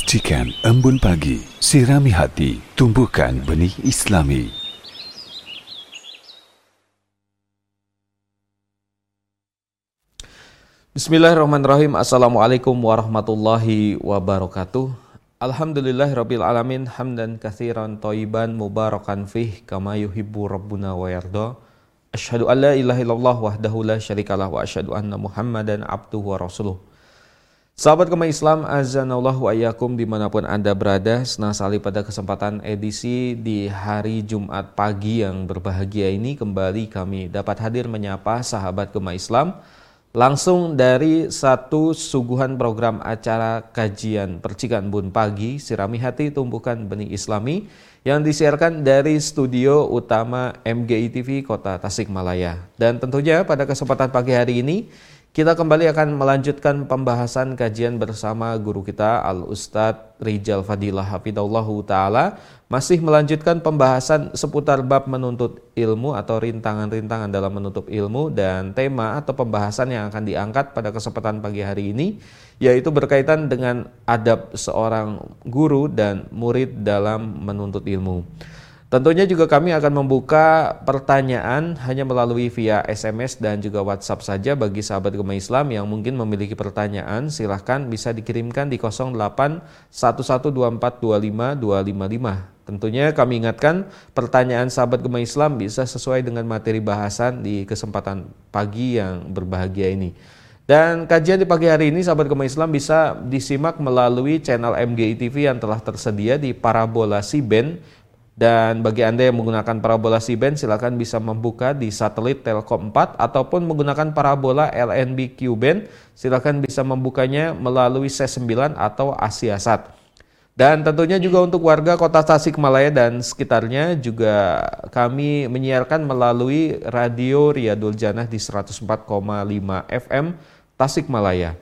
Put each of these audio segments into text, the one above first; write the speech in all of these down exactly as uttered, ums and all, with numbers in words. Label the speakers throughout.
Speaker 1: Percikan embun pagi, sirami hati, tumbuhkan benih Islami.
Speaker 2: Bismillahirrahmanirrahim. Assalamualaikum warahmatullahi wabarakatuh. Alhamdulillahirabbil alamin, hamdan katsiran thayyiban mubarakan fih kama yuhibbu rabbuna wa yarda. Asyhadu an la ilaha illallah wahdahu la syarikalah wa asyhadu anna Muhammadan abduhu wa rasuluh. Sahabat Gema Islam, azanallahu wa iyyakum dimanapun Anda berada, senang sekali pada kesempatan edisi di hari Jumat pagi yang berbahagia ini kembali kami dapat hadir menyapa sahabat Gema Islam langsung dari satu suguhan program acara kajian Percikan Embun Pagi, Sirami Hati Tumbuhkan Benih Islami yang disiarkan dari studio utama M G I T V Kota Tasikmalaya. Dan tentunya pada kesempatan pagi hari ini kita kembali akan melanjutkan pembahasan kajian bersama guru kita Al-Ustadz Rijal Fadilah Hafidhahullahu Ta'ala, masih melanjutkan pembahasan seputar bab menuntut ilmu atau rintangan-rintangan dalam menuntut ilmu, dan tema atau pembahasan yang akan diangkat pada kesempatan pagi hari ini yaitu berkaitan dengan adab seorang guru dan murid dalam menuntut ilmu. Tentunya juga kami akan membuka pertanyaan hanya melalui via S M S dan juga WhatsApp saja bagi sahabat Gema Islam yang mungkin memiliki pertanyaan. Silahkan bisa dikirimkan di nol delapan satu satu dua empat dua lima dua lima lima. Tentunya kami ingatkan pertanyaan sahabat Gema Islam bisa sesuai dengan materi bahasan di kesempatan pagi yang berbahagia ini. Dan kajian di pagi hari ini sahabat Gema Islam bisa disimak melalui channel M G I T V yang telah tersedia di parabola C-band. Dan bagi Anda yang menggunakan parabola C-band, silakan bisa membuka di satelit Telkom empat ataupun menggunakan parabola L N B Q-band, silakan bisa membukanya melalui C sembilan atau Asiasat. Dan tentunya juga untuk warga Kota Tasikmalaya dan sekitarnya juga kami menyiarkan melalui radio Riyadul Jannah di seratus empat koma lima F M Tasikmalaya.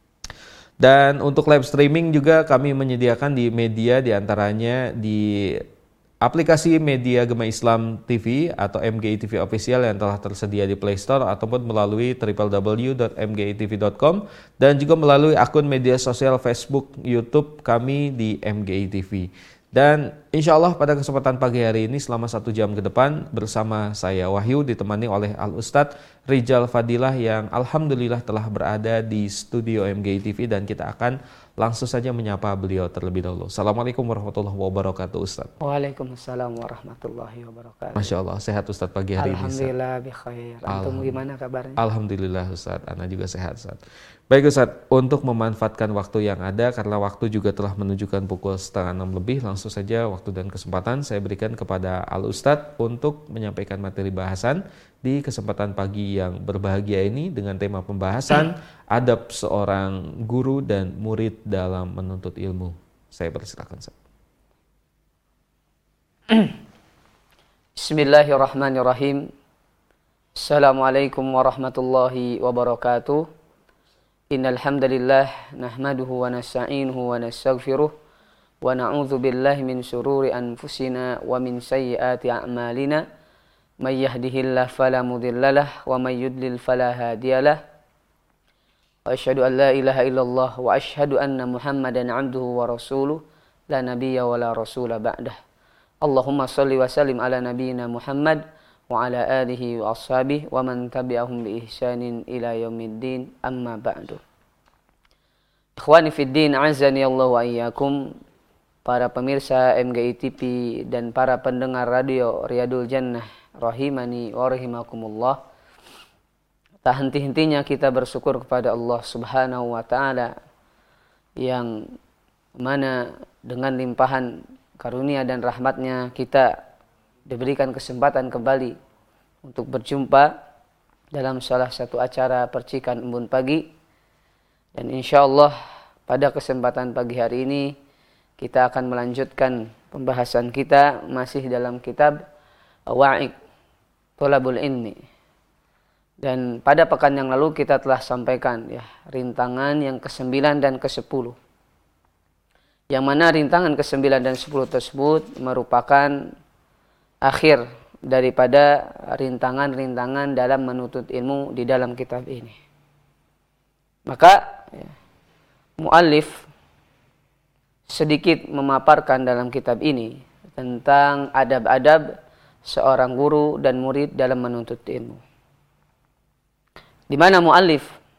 Speaker 2: Dan untuk live streaming juga kami menyediakan di media diantaranya di aplikasi media Gema Islam T V atau M G I T V Official yang telah tersedia di Play Store ataupun melalui w w w dot m g i t v dot com dan juga melalui akun media sosial Facebook, YouTube kami di M G I T V. Dan insya Allah pada kesempatan pagi hari ini selama satu jam ke depan bersama saya Wahyu ditemani oleh Al-Ustadz Rijal Fadilah yang alhamdulillah telah berada di studio M G I T V, dan kita akan langsung saja menyapa beliau terlebih dahulu. Assalamualaikum warahmatullahi wabarakatuh, Ustaz.
Speaker 3: Waalaikumsalam warahmatullahi wabarakatuh.
Speaker 2: Masya Allah, sehat Ustaz pagi hari
Speaker 3: Alhamdulillah,
Speaker 2: ini.
Speaker 3: Alhamdulillah bikhair. Antum gimana kabarnya?
Speaker 2: Alhamdulillah Ustaz, ana juga sehat Ustaz. Baik Ustaz, untuk memanfaatkan waktu yang ada karena waktu juga telah menunjukkan pukul setengah enam lebih, langsung saja waktu dan kesempatan saya berikan kepada Al Ustadz untuk menyampaikan materi bahasan di kesempatan pagi yang berbahagia ini dengan tema pembahasan adab seorang guru dan murid dalam menuntut ilmu. Saya persilakan Ustaz.
Speaker 3: Bismillahirrahmanirrahim. Assalamualaikum warahmatullahi wabarakatuh. Innal hamdalillah nahmaduhu wa nasta'inuhu wa nastaghfiruh wa na'udzu billahi min shururi anfusina wa min sayyiati a'malina. May yahdihillahu fala mudhillalah wa may yudlil fala hadiyalah. Wa asyhadu an la ilaha illallah wa asyhadu anna Muhammadan 'abduhu wa rasuluh la nabiyya wa la rasula ba'dah. Allahumma shalli wa sallim ala nabiyyina Muhammad wa ala alihi wa ashabihi wa man tabi'ahum bi ihsanin ila yaumiddin, amma ba'du. Ikhwani fid din, azani Allah wa iyyakum, para pemirsa M G I T V dan para pendengar radio Riyadul Jannah rahimani wa rahimakumullah. Tak henti-hentinya kita bersyukur kepada Allah Subhanahu wa taala yang mana dengan limpahan karunia dan rahmatnya kita diberikan kesempatan kembali untuk berjumpa dalam salah satu acara Percikan Embun Pagi. Dan insya Allah pada kesempatan pagi hari ini kita akan melanjutkan pembahasan kita masih dalam kitab Wa'iq Thalabul Ilmi. Dan pada pekan yang lalu kita telah sampaikan ya rintangan yang kesembilan dan kesepuluh. Yang mana rintangan kesembilan dan sepuluh tersebut merupakan akhir daripada rintangan-rintangan dalam menuntut ilmu di dalam kitab ini. Maka ya, muallif sedikit memaparkan dalam kitab ini tentang adab-adab seorang guru dan murid dalam menuntut ilmu. Di mana muallif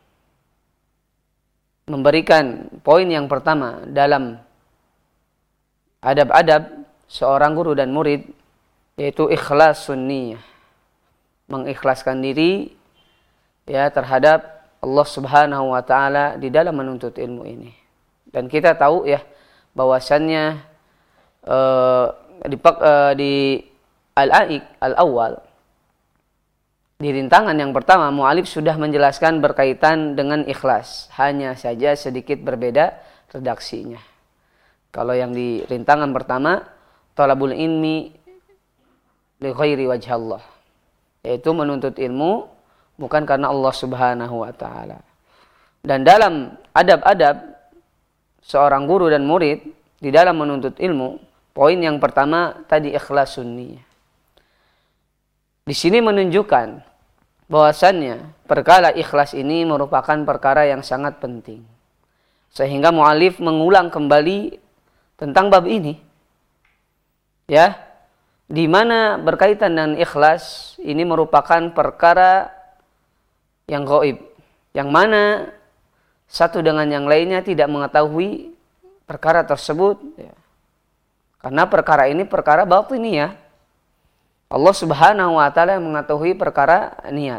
Speaker 3: memberikan poin yang pertama dalam adab-adab seorang guru dan murid, yaitu ikhlasun niyah, mengikhlaskan diri ya terhadap Allah Subhanahu wa taala di dalam menuntut ilmu ini. Dan kita tahu ya bahwasannya uh, di, uh, di Al-A'iq Al-Awwal, di rintangan yang pertama, mu'alif sudah menjelaskan berkaitan dengan ikhlas. Hanya saja sedikit berbeda redaksinya. Kalau yang di rintangan pertama, talabul ilmi li ghairi wajhallah, yaitu menuntut ilmu bukan karena Allah Subhanahu wa taala. Dan dalam adab-adab seorang guru dan murid di dalam menuntut ilmu, poin yang pertama tadi ikhlasun niyah. Di sini menunjukkan bahwasannya perkara ikhlas ini merupakan perkara yang sangat penting. Sehingga mu'alif mengulang kembali tentang bab ini. Ya, di mana berkaitan dengan ikhlas ini merupakan perkara yang gaib, yang mana satu dengan yang lainnya tidak mengetahui perkara tersebut. Ya. Karena perkara ini perkara batiniyah. Allah Subhanahu wa taala yang mengetahui perkara niat.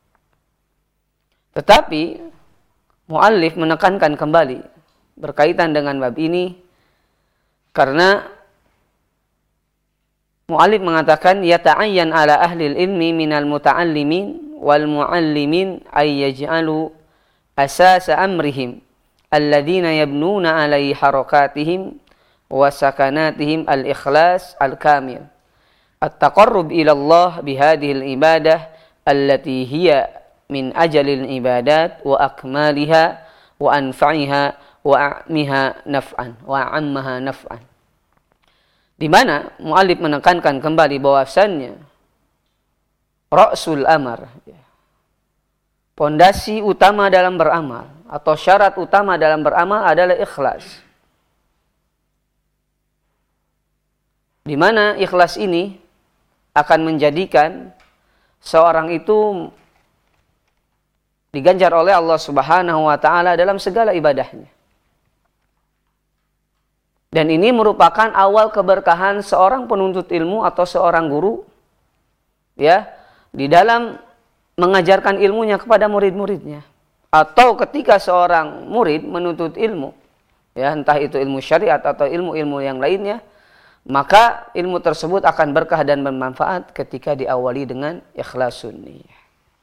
Speaker 3: Tetapi muallif menekankan kembali berkaitan dengan bab ini karena muallif mengatakan yata'ayyan ala ahli ilmi minal muta'allimin wal muallimin ay yaj'alu asas amrihim alladhina yabnuna alaihi harakatihim wa sakanatihim al-ikhlas al-kamil. At-taqarrub ila Allah bihadhihi al-ibadah allati hiya min ajalil ibadat wa akmaliha wa anfa'iha wa a'miha naf'an wa ammaha naf'an. Di mana muallif menekankan kembali bahwasannya ra'sul amar, pondasi utama dalam beramal atau syarat utama dalam beramal adalah ikhlas. Di mana ikhlas ini akan menjadikan seorang itu diganjar oleh Allah Subhanahu wa taala dalam segala ibadahnya. Dan ini merupakan awal keberkahan seorang penuntut ilmu atau seorang guru ya di dalam mengajarkan ilmunya kepada murid-muridnya. Atau ketika seorang murid menuntut ilmu ya entah itu ilmu syariat atau ilmu-ilmu yang lainnya, maka ilmu tersebut akan berkah dan bermanfaat ketika diawali dengan ikhlasun niyah.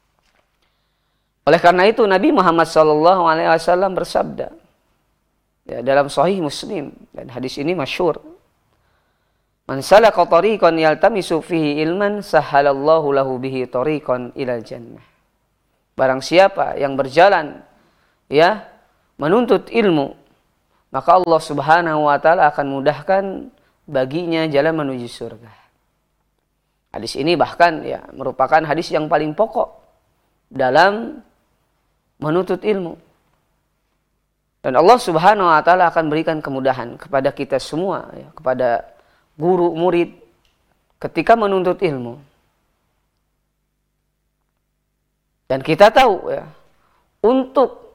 Speaker 3: Oleh karena itu Nabi Muhammad shallallahu alaihi wasallam bersabda ya, dalam Sahih Muslim, dan hadis ini masyhur, man salaka tariqan yaltamisu fihi ilman sahhalallahu lahu bihi tariqan ilal jannah. Barang siapa yang berjalan ya menuntut ilmu, maka Allah Subhanahu wa taala akan mudahkan baginya jalan menuju surga. Hadis ini bahkan ya merupakan hadis yang paling pokok dalam menuntut ilmu. Dan Allah Subhanahu wa taala akan berikan kemudahan kepada kita semua ya, kepada guru murid ketika menuntut ilmu. Dan kita tahu ya, untuk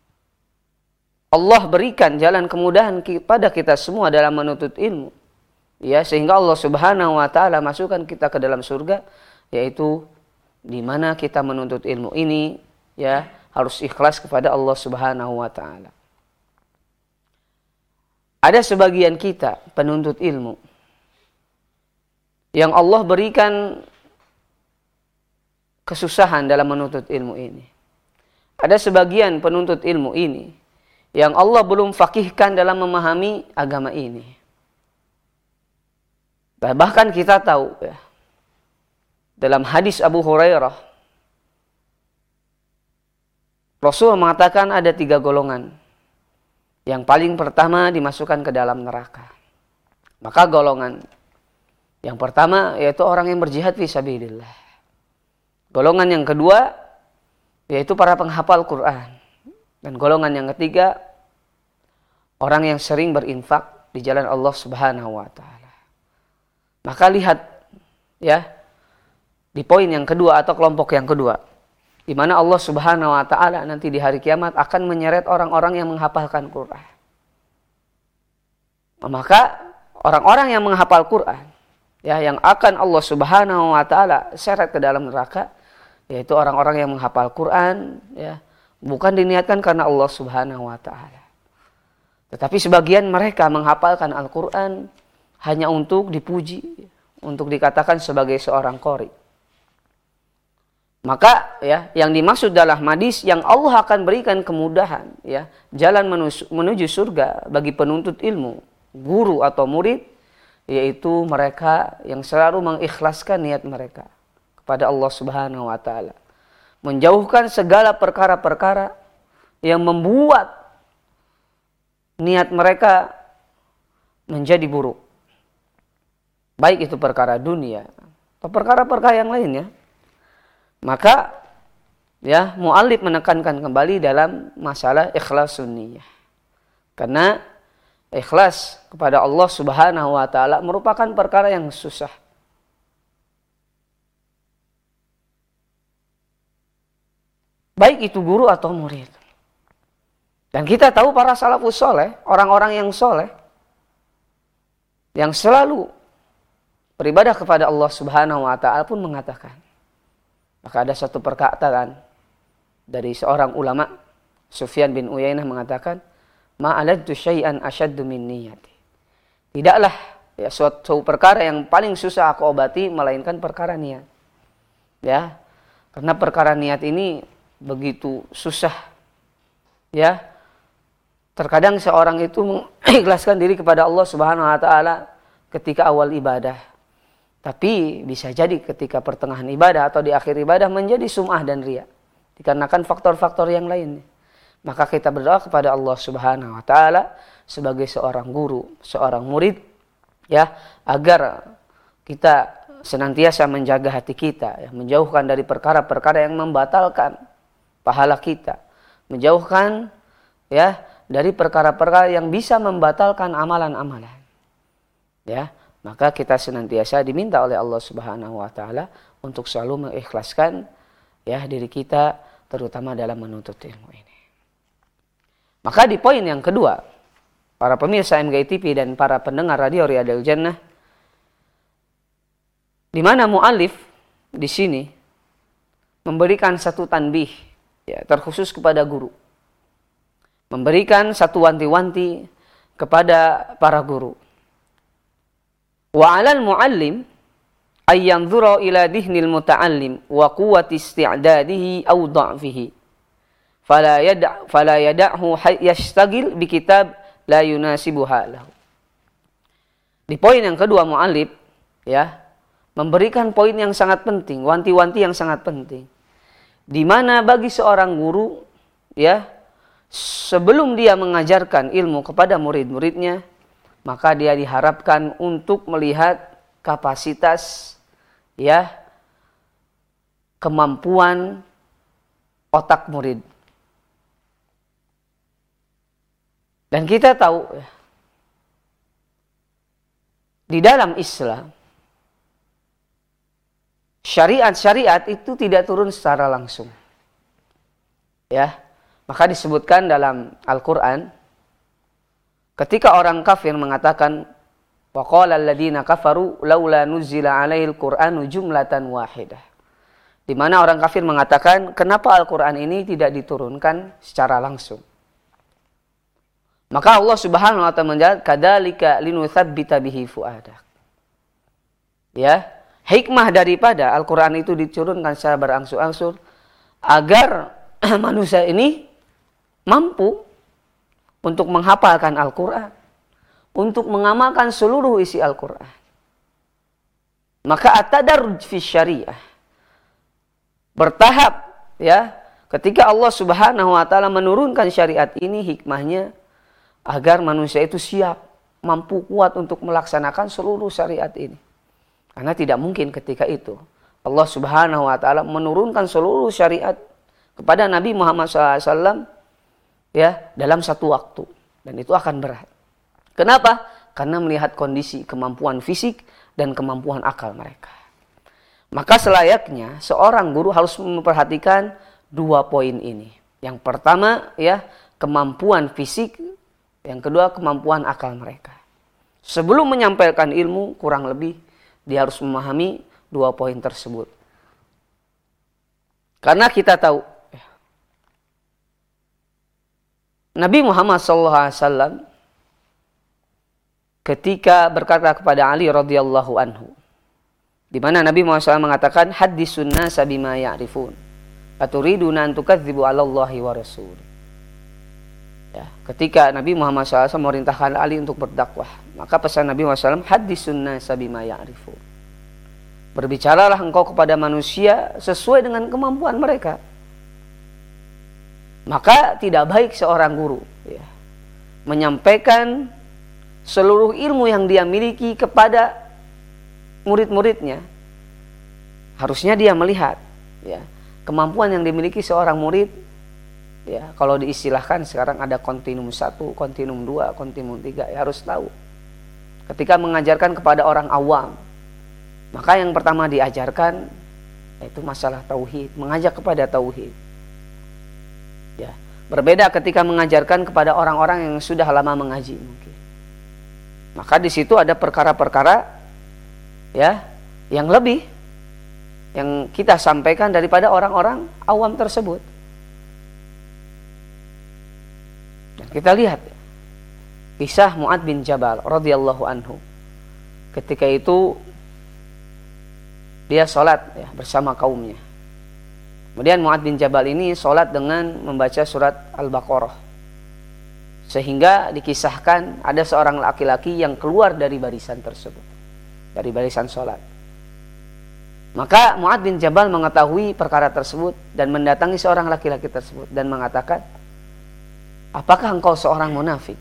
Speaker 3: Allah berikan jalan kemudahan kepada kita semua dalam menuntut ilmu, ya, sehingga Allah Subhanahu wa taala masukkan kita ke dalam surga, yaitu di mana kita menuntut ilmu ini ya harus ikhlas kepada Allah Subhanahu wa taala. Ada sebagian kita penuntut ilmu yang Allah berikan kesusahan dalam menuntut ilmu ini. Ada sebagian penuntut ilmu ini yang Allah belum fakihkan dalam memahami agama ini. Bahkan kita tahu ya, dalam hadis Abu Hurairah, Rasul mengatakan ada tiga golongan. Yang paling pertama dimasukkan ke dalam neraka. Maka golongan yang pertama yaitu orang yang berjihad fisabilillah. Golongan yang kedua yaitu para penghafal Quran. Dan golongan yang ketiga orang yang sering berinfak di jalan Allah Subhanahu wa taala. Maka lihat ya di poin yang kedua atau kelompok yang kedua, di mana Allah Subhanahu wa taala nanti di hari kiamat akan menyeret orang-orang yang menghafalkan Quran. Maka orang-orang yang menghafal Quran ya yang akan Allah Subhanahu wa taala seret ke dalam neraka, yaitu orang-orang yang menghafal Quran ya, bukan diniatkan karena Allah Subhanahu wa taala. Tetapi sebagian mereka menghafalkan Al-Quran hanya untuk dipuji, untuk dikatakan sebagai seorang qori. Maka ya yang dimaksud dalam hadis yang Allah akan berikan kemudahan ya, jalan menuju surga bagi penuntut ilmu, guru atau murid, yaitu mereka yang selalu mengikhlaskan niat mereka kepada Allah Subhanahu wa taala. Menjauhkan segala perkara-perkara yang membuat niat mereka menjadi buruk. Baik itu perkara dunia atau perkara-perkara yang lainnya. Maka ya mu'allif menekankan kembali dalam masalah ikhlasun niyah. Karena ikhlas kepada Allah Subhanahu wa taala merupakan perkara yang susah. Baik itu guru atau murid. Dan kita tahu para salafus soleh, orang-orang yang soleh, yang selalu beribadah kepada Allah Subhanahu wa taala pun mengatakan. Maka ada satu perkataan dari seorang ulama, Sufyan bin Uyainah mengatakan, ma'aladtu syai'an asyaddu min niyati. Tidaklah ya suatu perkara yang paling susah aku obati melainkan perkara niat. Ya. Karena perkara niat ini begitu susah. Ya. Terkadang seorang itu mengikhlaskan diri kepada Allah Subhanahu wa taala ketika awal ibadah. Tapi bisa jadi ketika pertengahan ibadah atau di akhir ibadah menjadi sum'ah dan riya. Dikarenakan faktor-faktor yang lainnya. Maka kita berdoa kepada Allah Subhanahu wa taala sebagai seorang guru, seorang murid ya, agar kita senantiasa menjaga hati kita ya, menjauhkan dari perkara-perkara yang membatalkan pahala kita, menjauhkan ya dari perkara-perkara yang bisa membatalkan amalan-amalan. Ya, maka kita senantiasa diminta oleh Allah Subhanahu wa taala untuk selalu mengikhlaskan ya diri kita terutama dalam menuntut ilmu ini. Maka di poin yang kedua, para pemirsa M G I T V dan para pendengar radio Riyadhal Jannah, di mana mu'allif di sini memberikan satu tanbih ya terkhusus kepada guru. Memberikan satu wanti-wanti kepada para guru. Wa 'alal mu'allim ay yanzura ila dihnil muta'allim wa quwwati isti'dadihi aw dha'fihi. Fala yada' fala yada'hu yashtagil bi kitab la yunasibu halahu. Di poin yang kedua mu'allif ya memberikan poin yang sangat penting, wanti-wanti yang sangat penting. Di mana bagi seorang guru ya sebelum dia mengajarkan ilmu kepada murid-muridnya, maka dia diharapkan untuk melihat kapasitas ya kemampuan otak murid. Dan kita tahu ya, di dalam Islam syariat-syariat itu tidak turun secara langsung. Ya, maka disebutkan dalam Al-Qur'an ketika orang kafir mengatakan waqala alladziina kafaru laula nuzila 'alaihil qur'anu jumlatan wahidah. Di mana orang kafir mengatakan kenapa Al-Qur'an ini tidak diturunkan secara langsung. Maka Allah Subhanahu wa taala menjawab kadzalika linutsabbita bihi fuadak. Ya, hikmah daripada Al-Qur'an itu diturunkan secara berangsur-angsur agar manusia ini mampu untuk menghafalkan Al-Quran, untuk mengamalkan seluruh isi Al-Quran. Maka at-tadarruj fi syariah, bertahap ya, ketika Allah Subhanahu wa taala menurunkan syariat ini, hikmahnya agar manusia itu siap, mampu, kuat untuk melaksanakan seluruh syariat ini. Karena tidak mungkin ketika itu Allah Subhanahu wa taala menurunkan seluruh syariat kepada Nabi Muhammad shallallahu alaihi wasallam ya dalam satu waktu. Dan itu akan berat. Kenapa? Karena melihat kondisi kemampuan fisik dan kemampuan akal mereka. Maka selayaknya seorang guru harus memperhatikan dua poin ini. Yang pertama ya, kemampuan fisik. Yang kedua, kemampuan akal mereka. Sebelum menyampaikan ilmu, kurang lebih dia harus memahami dua poin tersebut. Karena kita tahu Nabi Muhammad shallallahu alaihi wasallam ketika berkata kepada Ali radhiyallahu anhu, di mana Nabi Muhammad shallallahu alaihi wasallam mengatakan, haditsun nasa bima ya'rifun aturiduna an tukadzibu 'ala Allahi wa rasul. Ya, ketika Nabi Muhammad shallallahu alaihi wasallam memerintahkan Ali untuk berdakwah, maka pesan Nabi Muhammad shallallahu alaihi wasallam, haditsun nasa bima ya'rifun. Berbicaralah engkau kepada manusia sesuai dengan kemampuan mereka. Maka tidak baik seorang guru ya, menyampaikan seluruh ilmu yang dia miliki kepada murid-muridnya. Harusnya dia melihat ya, kemampuan yang dimiliki seorang murid. Ya, kalau diistilahkan sekarang ada kontinum satu, kontinum dua, kontinum tiga, ya harus tahu. Ketika mengajarkan kepada orang awam, maka yang pertama diajarkan yaitu masalah tauhid, mengajak kepada tauhid. Ya, berbeda ketika mengajarkan kepada orang-orang yang sudah lama mengaji mungkin. Maka di situ ada perkara-perkara ya yang lebih yang kita sampaikan daripada orang-orang awam tersebut. Dan kita lihat kisah Mu'adz bin Jabal radhiyallahu anhu. Ketika itu dia sholat ya, bersama kaumnya. Kemudian Mu'adz bin Jabal ini sholat dengan membaca surat Al-Baqarah. Sehingga dikisahkan ada seorang laki-laki yang keluar dari barisan tersebut. Dari barisan sholat. Maka Mu'adz bin Jabal mengetahui perkara tersebut dan mendatangi seorang laki-laki tersebut dan mengatakan, apakah engkau seorang munafik?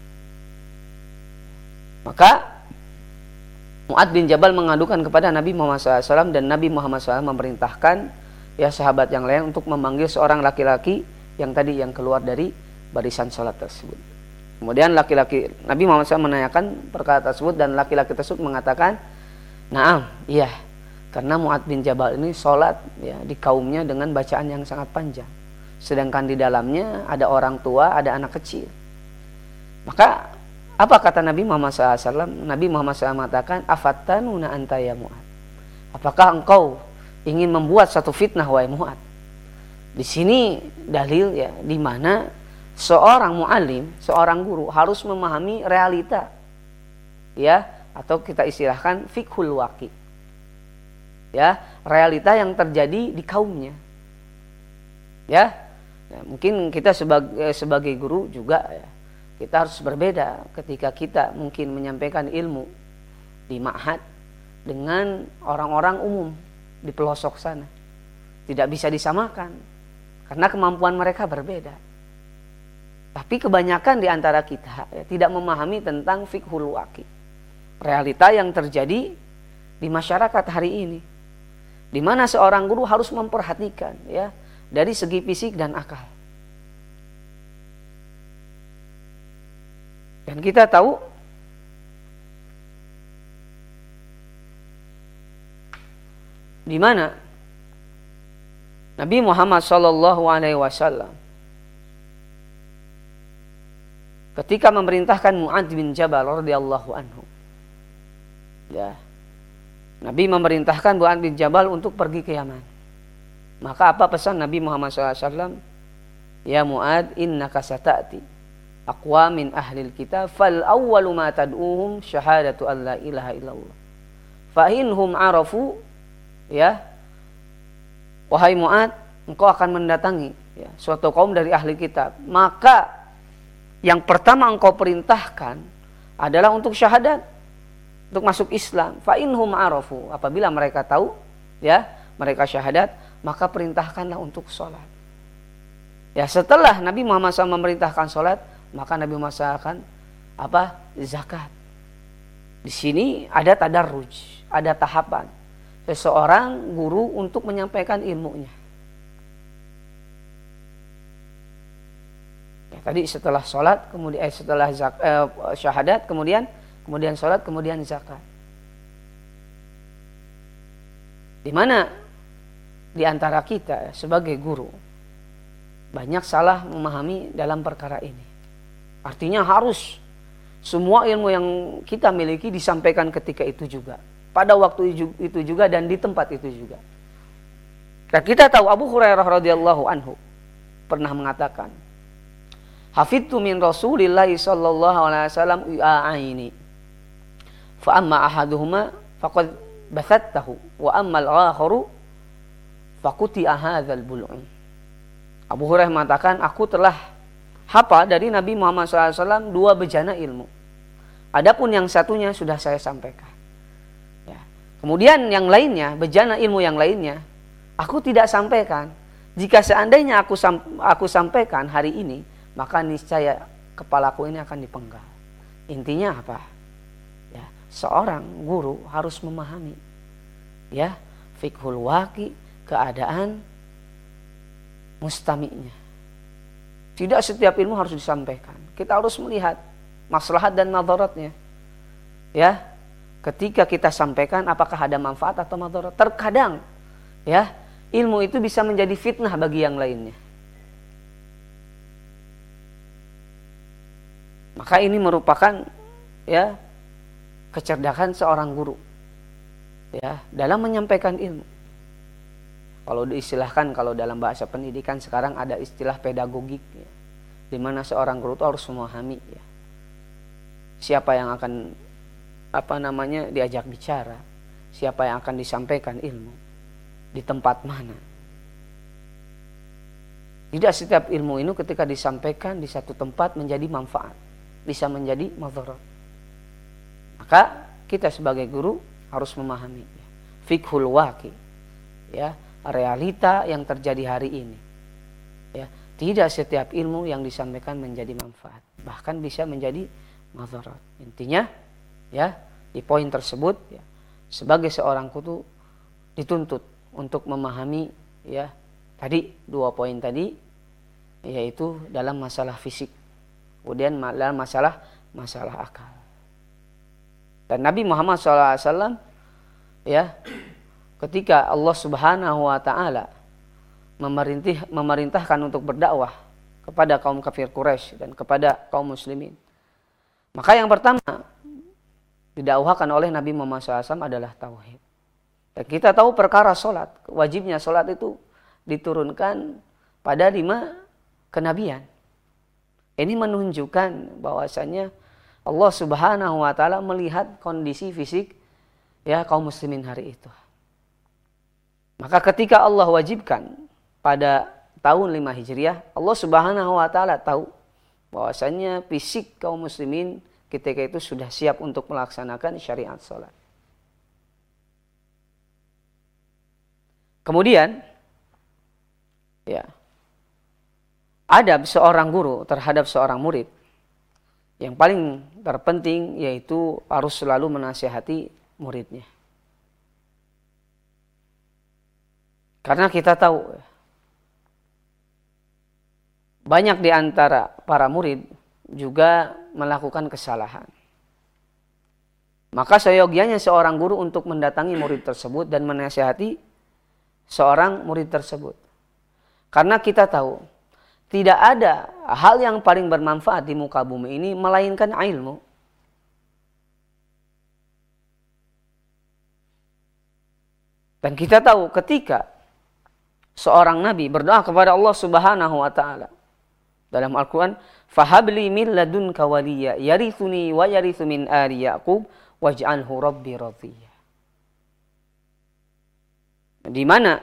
Speaker 3: Maka Mu'adz bin Jabal mengadukan kepada Nabi Muhammad shallallahu alaihi wasallam dan Nabi Muhammad shallallahu alaihi wasallam memerintahkan ya sahabat yang lain untuk memanggil seorang laki-laki yang tadi yang keluar dari barisan sholat tersebut. Kemudian laki-laki Nabi Muhammad shallallahu alaihi wasallam menanyakan perkara tersebut dan laki-laki tersebut mengatakan, naam, iya, karena Mu'adz bin Jabal ini sholat ya, di kaumnya dengan bacaan yang sangat panjang. Sedangkan di dalamnya ada orang tua, ada anak kecil. Maka apa kata Nabi Muhammad shallallahu alaihi wasallam? Nabi Muhammad shallallahu alaihi wasallam mengatakan, afattanuna anta ya Mu'adz. Apakah engkau ingin membuat satu fitnah wahai Mu'adz? Di sini dalil ya, di mana seorang mu'alim, seorang guru harus memahami realita, ya, atau kita istilahkan fiqhul waqi, ya, realita yang terjadi di kaumnya, ya. Nah, mungkin kita sebagai sebagai guru juga, ya, kita harus berbeda ketika kita mungkin menyampaikan ilmu di ma'had dengan orang-orang umum di pelosok sana. Tidak bisa disamakan karena kemampuan mereka berbeda. Tapi kebanyakan di antara kita ya, tidak memahami tentang fiqhul waqi, realita yang terjadi di masyarakat hari ini, di mana seorang guru harus memperhatikan ya dari segi fisik dan akal. Dan kita tahu di mana Nabi Muhammad shallallahu alaihi wasallam ketika memerintahkan Mu'adz bin Jabal radhiyallahu anhu, ya, Nabi memerintahkan Mu'adz bin Jabal untuk pergi ke Yaman. Maka apa pesan Nabi Muhammad shallallahu alaihi wasallam? Ya Mu'adz, innaka sata'ti aqwa min ahlil kitab fal awwalu ma tad'uhum syahadatu an la ilaha illallah fa inhum arafu, ya, wahai Mu'adz, engkau akan mendatangi ya, suatu kaum dari ahli kitab, maka yang pertama engkau perintahkan adalah untuk syahadat, untuk masuk Islam. Fa inhum arafu, apabila mereka tahu ya, mereka syahadat, maka perintahkanlah untuk sholat. Ya, setelah Nabi Muhammad shallallahu alaihi wasallam memerintahkan sholat, maka Nabi Muhammad shallallahu alaihi wasallam apa? Zakat. Di sini ada tadarruj, ada tahapan seseorang guru untuk menyampaikan ilmunya. tadi setelah sholat, kemudian eh, setelah zak, eh, syahadat, kemudian kemudian sholat, kemudian zakat. Di mana di antara kita sebagai guru banyak salah memahami dalam perkara ini. Artinya harus semua ilmu yang kita miliki disampaikan ketika itu juga, pada waktu itu juga, dan di tempat itu juga. Dan kita tahu Abu Hurairah radhiyallahu anhu pernah mengatakan, hafidtu min Rasulillah sallallahu alaihi wasallam u'aini fa amma ahaduhuma faqad bathattahu wa amma al-akharu faquti hadzal bul'un. Abu Hurairah mengatakan, aku telah hafal dari Nabi Muhammad shallallahu alaihi wasallam dua bejana ilmu. Adapun yang satunya sudah saya sampaikan. Ya. Kemudian yang lainnya, bejana ilmu yang lainnya, aku tidak sampaikan. Jika seandainya aku aku sampaikan hari ini, maka niscaya kepalaku ini akan dipenggal. Intinya apa? Ya, seorang guru harus memahami, ya, fiqhul waqi, keadaan mustami'nya. Tidak setiap ilmu harus disampaikan. Kita harus melihat maslahat dan madaratnya. Ya, ketika kita sampaikan apakah ada manfaat atau madarat. Terkadang, ya, ilmu itu bisa menjadi fitnah bagi yang lainnya. Maka ini merupakan, ya, kecerdasan seorang guru, ya, dalam menyampaikan ilmu. Kalau diistilahkan, kalau dalam bahasa pendidikan sekarang ada istilah pedagogik, ya, di mana seorang guru itu harus memahami, ya, siapa yang akan apa namanya diajak bicara, siapa yang akan disampaikan ilmu, di tempat mana. Tidak setiap ilmu ini ketika disampaikan di satu tempat menjadi manfaat, bisa menjadi madarat. Maka kita sebagai guru harus memahami, ya, fiqhul waqi, ya, realita yang terjadi hari ini. Ya, tidak setiap ilmu yang disampaikan menjadi manfaat, bahkan bisa menjadi madarat. Intinya, ya, di poin tersebut, ya, sebagai seorang guru dituntut untuk memahami, ya, tadi dua poin tadi, yaitu dalam masalah fisik, kemudian dalam masalah masalah akal. Dan Nabi Muhammad shallallahu alaihi wasallam, ya, ketika Allah Subhanahu wa taala memerintah memerintahkan untuk berdakwah kepada kaum kafir Quraisy dan kepada kaum muslimin, maka yang pertama didakwahkan oleh Nabi Muhammad shallallahu alaihi wasallam adalah tauhid. Dan kita tahu perkara sholat, wajibnya sholat itu diturunkan pada lima kenabian. Ini menunjukkan bahwasanya Allah Subhanahu wa taala melihat kondisi fisik, ya, kaum muslimin hari itu. Maka ketika Allah wajibkan pada tahun lima Hijriah, Allah Subhanahu wa taala tahu bahwasanya fisik kaum muslimin ketika itu sudah siap untuk melaksanakan syariat salat. Kemudian, ya, adab seorang guru terhadap seorang murid yang paling terpenting yaitu harus selalu menasihati muridnya. Karena kita tahu banyak di antara para murid juga melakukan kesalahan. Maka seyogianya seorang guru untuk mendatangi murid tersebut dan menasihati seorang murid tersebut. Karena kita tahu tidak ada hal yang paling bermanfaat di muka bumi ini melainkan ilmu. Dan kita tahu ketika seorang nabi berdoa kepada Allah Subhanahu wa taala dalam Al-Qur'an, "Fahabli min ladunka waliya yarithuni wa yarithu min ali Yaqub waj'alhu rabbi radhiya." Di mana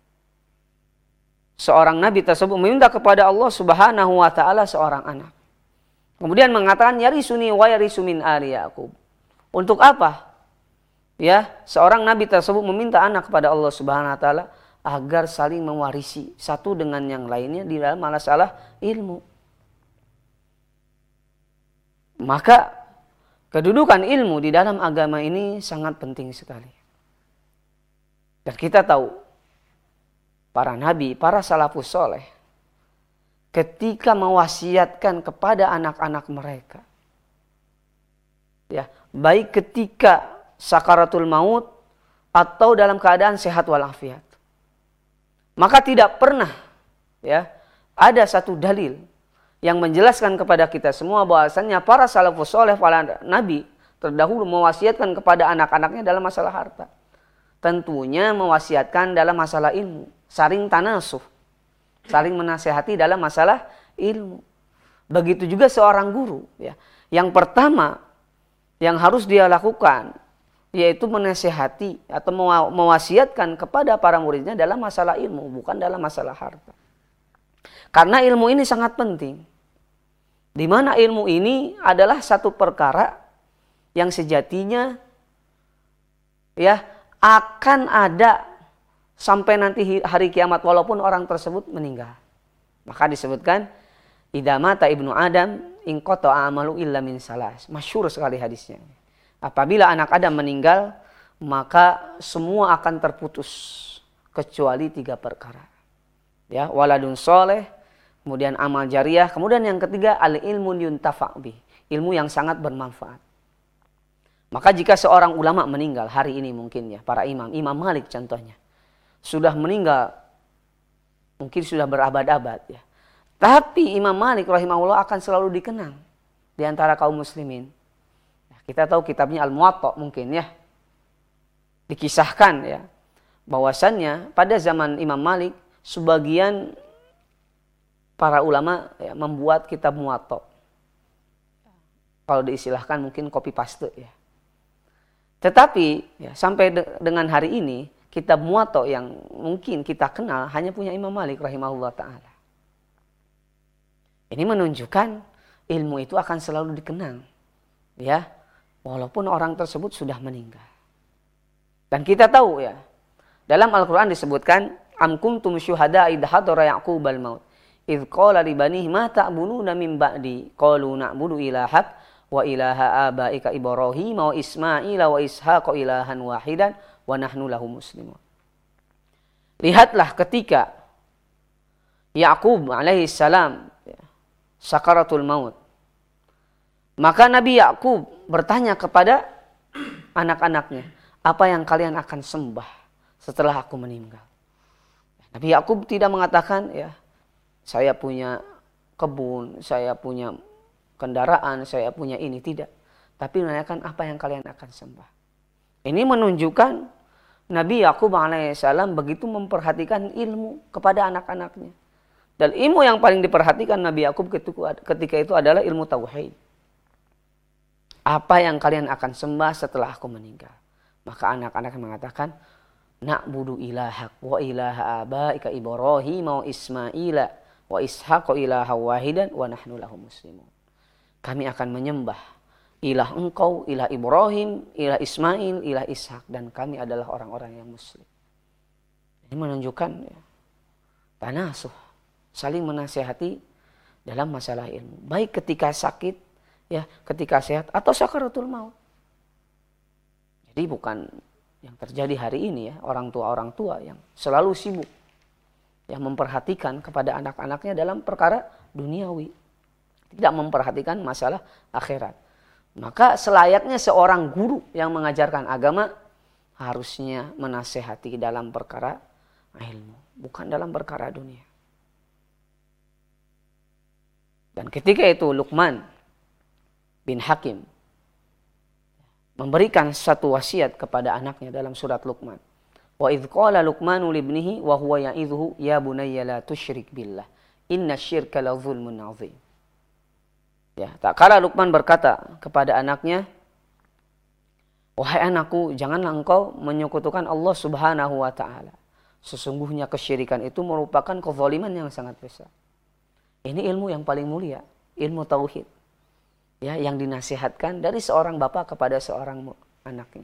Speaker 3: seorang nabi tersebut meminta kepada Allah Subhanahu wa taala seorang anak. Kemudian mengatakan yarisuni wa yarithu min ali Yaqub. Untuk apa? Ya, seorang nabi tersebut meminta anak kepada Allah Subhanahu wa taala agar saling mewarisi satu dengan yang lainnya di dalam masalah ilmu. Maka kedudukan ilmu di dalam agama ini sangat penting sekali. Dan kita tahu para nabi, para salafus soleh, ketika mewasiatkan kepada anak-anak mereka. Ya, baik ketika sakaratul maut atau dalam keadaan sehat walafiat. Maka tidak pernah ya ada satu dalil yang menjelaskan kepada kita semua bahwasannya para salafus saleh, para nabi terdahulu mewasiatkan kepada anak-anaknya dalam masalah harta. Tentunya mewasiatkan dalam masalah ilmu, saling tanasuh, saling menasihati dalam masalah ilmu. Begitu juga seorang guru ya. Yang pertama yang harus dia lakukan yaitu menasihati atau mewasiatkan kepada para muridnya dalam masalah ilmu, bukan dalam masalah harta. Karena ilmu ini sangat penting. Di mana ilmu ini adalah satu perkara yang sejatinya ya akan ada sampai nanti hari kiamat walaupun orang tersebut meninggal. Maka disebutkan idza mata ibnu Adam in qata'a amalu illa min salas. Masyhur sekali hadisnya. Apabila anak Adam meninggal, maka semua akan terputus kecuali tiga perkara. Ya, waladun soleh, kemudian amal jariah, kemudian yang ketiga al ilmu yuntafa' bih, ilmu yang sangat bermanfaat. Maka jika seorang ulama meninggal hari ini mungkin ya, para imam, Imam Malik contohnya, sudah meninggal mungkin sudah berabad-abad ya. Tapi Imam Malik rahimahullah akan selalu dikenang di antara kaum muslimin. Kita tahu kitabnya Al-Muwatta mungkin ya. Dikisahkan ya bahwasannya pada zaman Imam Malik sebagian para ulama ya, membuat kitab Muwatta. Kalau diistilahkan mungkin copy paste ya. Tetapi ya, sampai de dengan hari ini kitab Muwatta yang mungkin kita kenal hanya punya Imam Malik rahimahullah ta'ala. Ini menunjukkan ilmu itu akan selalu dikenang. Ya, walaupun orang tersebut sudah meninggal. Dan kita tahu ya, dalam Al-Quran disebutkan, Am kuntum syuhada idh hadara Ya'qubal maut. Idh qala li banihi ma ta'buduna min ba'di. Qalu na'budu ilahak wa ilaha abaika Ibrahim wa Ismail wa Ishaq ilahan wahidan wa nahnu lahu muslimun. Lihatlah ketika Ya'qub alaihi salam ya, sakaratul maut. Maka Nabi Ya'qub bertanya kepada anak-anaknya, apa yang kalian akan sembah setelah aku meninggal? Nabi Ya'qub tidak mengatakan, ya, saya punya kebun, saya punya kendaraan, saya punya ini, tidak. Tapi menanyakan apa yang kalian akan sembah. Ini menunjukkan Nabi Ya'qub alaihissalam begitu memperhatikan ilmu kepada anak-anaknya. Dan ilmu yang paling diperhatikan Nabi Ya'qub ketika itu adalah ilmu tauhid. Apa yang kalian akan sembah setelah aku meninggal? Maka anak-anak mengatakan, na'budu ilahak wa ilaha abaika Ibrahim wa Ismaila wa Ishaq ilaha wahidan wa nahnu lahu muslimun. Kami akan menyembah ilah engkau, ilah Ibrahim, ilah Ismail, ilah Ishaq, dan kami adalah orang-orang yang muslim. Ini menunjukkan ya, tanasuh, saling menasihati dalam masalah ilmu. Baik ketika sakit, ya, ketika sehat atau sakaratul maut. Jadi bukan yang terjadi hari ini ya, orang tua-orang tua yang selalu sibuk yang memperhatikan kepada anak-anaknya dalam perkara duniawi, tidak memperhatikan masalah akhirat. Maka selayaknya seorang guru yang mengajarkan agama harusnya menasehati dalam perkara ilmu, bukan dalam perkara dunia. Dan ketika itu Luqman bin Hakim memberikan satu wasiat kepada anaknya dalam surat Luqman. Wa idh qala Luqmanu libnihi wa huwa ya'idhuhu ya bunayya la tusyrik billah inna syirka la zulmun 'adzim. Ya, tak kala Luqman berkata kepada anaknya, wahai anakku, janganlah engkau menyekutukan Allah Subhanahu wa taala. Sesungguhnya kesyirikan itu merupakan kezaliman yang sangat besar. Ini ilmu yang paling mulia, ilmu tauhid. Ya, yang dinasihatkan dari seorang bapak kepada seorang anaknya.